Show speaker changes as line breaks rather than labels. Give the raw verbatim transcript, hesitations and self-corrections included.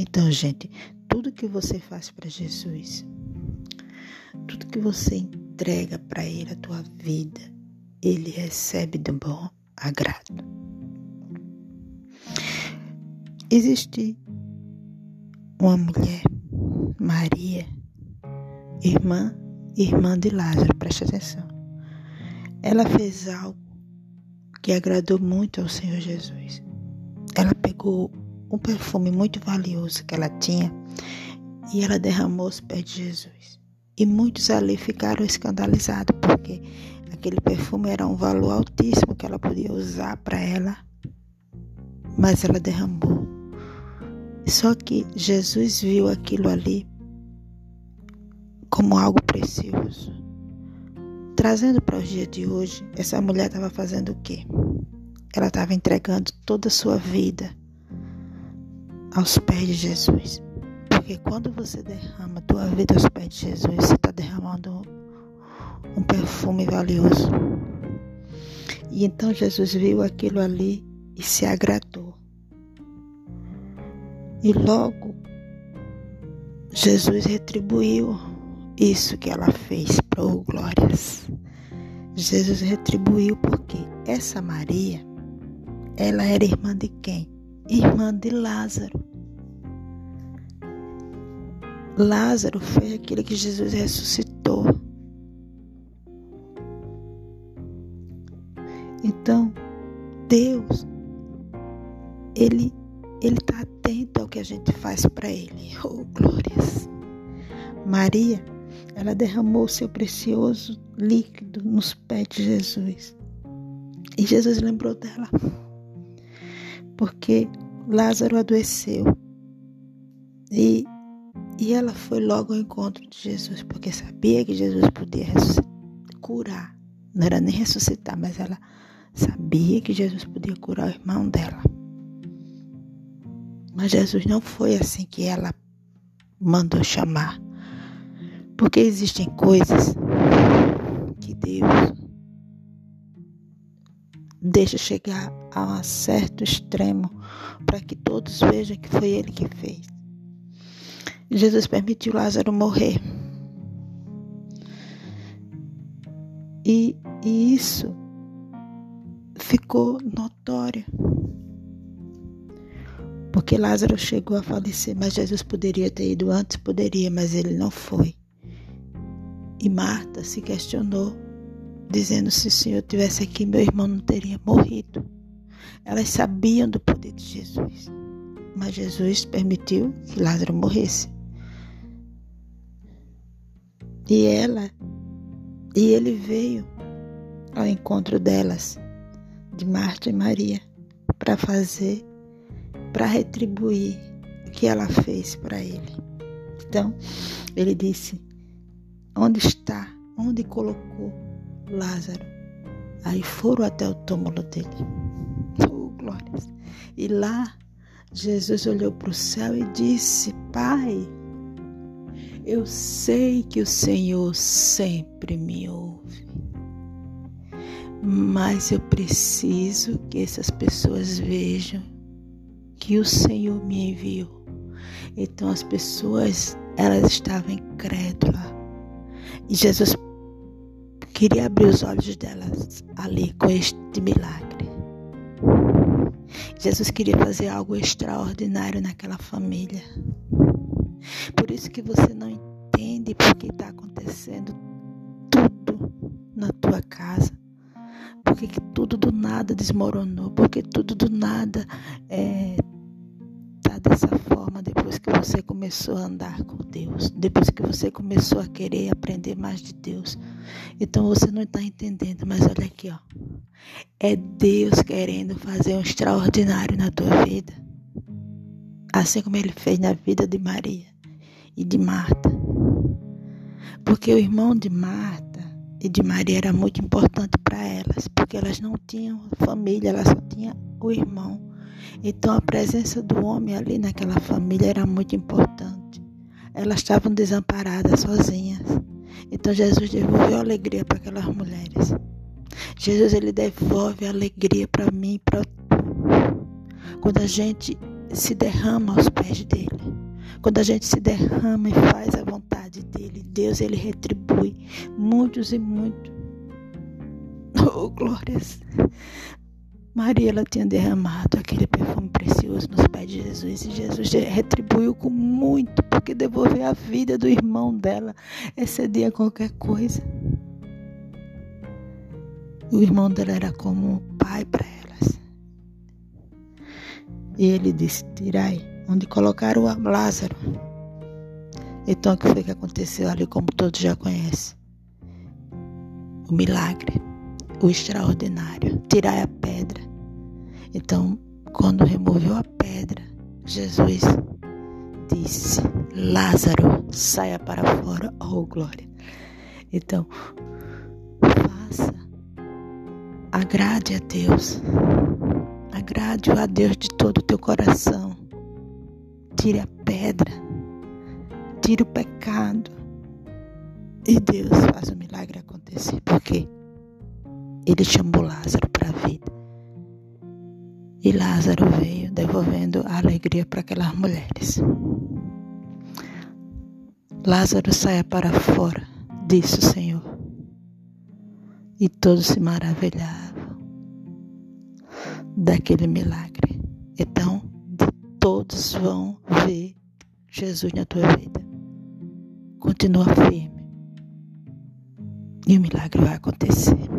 Então, gente, tudo que você faz para Jesus, tudo que você entrega para Ele, a tua vida, Ele recebe de bom agrado. Existe uma mulher, Maria, irmã, irmã de Lázaro, preste atenção. Ela fez algo que agradou muito ao Senhor Jesus. Ela pegou um perfume muito valioso que ela tinha e ela derramou aos pés de Jesus. E muitos ali ficaram escandalizados, porque aquele perfume era um valor altíssimo que ela podia usar para ela, mas ela derramou. Só que Jesus viu aquilo ali como algo precioso. Trazendo para os dias de hoje, essa mulher estava fazendo o quê? Ela estava entregando toda a sua vida aos pés de Jesus. Porque quando você derrama a tua vida aos pés de Jesus, você está derramando um perfume valioso. E então Jesus viu aquilo ali e se agradou. E logo Jesus retribuiu isso que ela fez. Oh, glórias. Jesus retribuiu porque essa Maria, ela era irmã de quem? Irmã de Lázaro. Lázaro foi aquele que Jesus ressuscitou. Então, Deus, Ele Ele está atento ao que a gente faz para Ele. Oh, glórias. Maria, ela derramou seu precioso líquido nos pés de Jesus. E Jesus lembrou dela. Porque Lázaro adoeceu. E, e ela foi logo ao encontro de Jesus, porque sabia que Jesus podia curar. Não era nem ressuscitar, mas ela sabia que Jesus podia curar o irmão dela. Mas Jesus não foi assim que ela mandou chamar. Porque existem coisas que Deus deixa chegar a um certo extremo para que todos vejam que foi Ele que fez. Jesus permitiu Lázaro morrer. E, e isso ficou notório. Porque Lázaro chegou a falecer, mas Jesus poderia ter ido antes, poderia, mas ele não foi. E Marta se questionou, dizendo: se o Senhor tivesse aqui, meu irmão não teria morrido. Elas sabiam do poder de Jesus, mas Jesus permitiu que Lázaro morresse. E ela, e ele veio ao encontro delas, de Marta e Maria, para fazer, para retribuir o que ela fez para ele. Então, ele disse: onde está? Onde colocou Lázaro? Aí foram até o túmulo dele. Oh, glórias. E lá, Jesus olhou para o céu e disse: Pai, eu sei que o Senhor sempre me ouve, mas eu preciso que essas pessoas vejam que o Senhor me enviou. Então as pessoas, elas estavam incrédulas. E Jesus queria abrir os olhos delas ali com este milagre. Jesus queria fazer algo extraordinário naquela família. Por isso que você não entende porque está acontecendo tudo na tua casa. Porque que tudo do nada desmoronou. Porque tudo do nada é, tá dessa forma depois que você começou a andar com Deus. Depois que você começou a querer aprender mais de Deus. Então você não está entendendo. Mas olha aqui, ó. É Deus querendo fazer um extraordinário na tua vida. Assim como Ele fez na vida de Maria e de Marta. Porque o irmão de Marta e de Maria era muito importante para elas. Porque elas não tinham família, elas só tinham o irmão. Então a presença do homem ali naquela família era muito importante. Elas estavam desamparadas, sozinhas. Então Jesus devolveu alegria para aquelas mulheres. Jesus, Ele devolve alegria para mim e para tu. Quando a gente se derrama aos pés dele. Quando a gente se derrama e faz a vontade dele, Deus, ele retribui muitos e muitos. Oh, glórias! Maria, ela tinha derramado aquele perfume precioso nos pés de Jesus, e Jesus retribuiu com muito, porque devolver a vida do irmão dela excedia qualquer coisa. O irmão dela era como um pai para elas. E ele disse: tirai, onde colocaram o Lázaro. Então, o que foi que aconteceu ali, como todos já conhecem? O milagre, o extraordinário, tirai a pedra. Então, quando removeu a pedra, Jesus disse: Lázaro, saia para fora. Oh, glória! Então, faça, agrade a Deus, agrade a Deus de todo o teu coração. Tire a pedra, tire o pecado, e Deus faz o milagre acontecer, porque ele chamou Lázaro para a vida. E Lázaro veio devolvendo a alegria para aquelas mulheres. Lázaro, saia para fora, disse o Senhor. E todos se maravilhavam daquele milagre. Então, todos vão ver Jesus na tua vida. Continua firme. E o milagre vai acontecer.